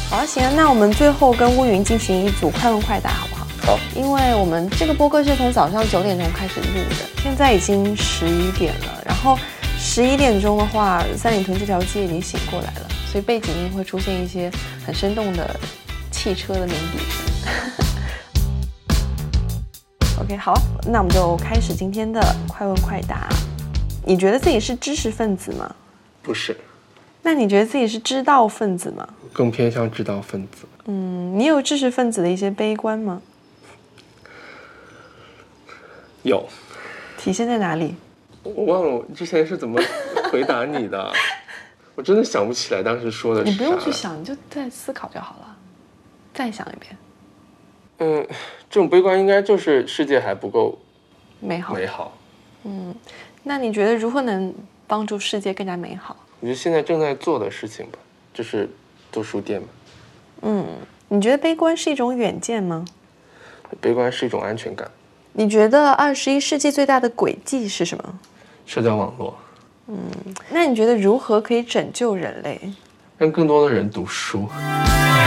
好，行啊，那我们最后跟乌云进行一组快问快答，好不好？ 好， 因为我们这个播客是从早上9点钟开始录的，现在已经11点了，然后11点钟的话，三里屯这条街已经醒过来了，所以背景音会出现一些很生动的汽车的鸣笛声。OK， 好，那我们就开始今天的快问快答。你觉得自己是知识分子吗？ 不是。 那你觉得自己是知道分子吗？ 更偏向知道分子。 你有知识分子的一些悲观吗？ 有。 体现在哪里？ 我忘了我之前是怎么回答你的，我真的想不起来当时说的是啥。 你不用去想，你就再思考就好了，再想一遍。 这种悲观应该就是世界还不够美好。 那你觉得如何能帮助世界更加美好？ 我觉得现在正在做的事情吧，就是做书店嘛。 你觉得悲观是一种远见吗？ 悲观是一种安全感。 你觉得21世纪最大的诡计是什么？ 社交网络。 那你觉得如何可以拯救人类？ 让更多的人读书。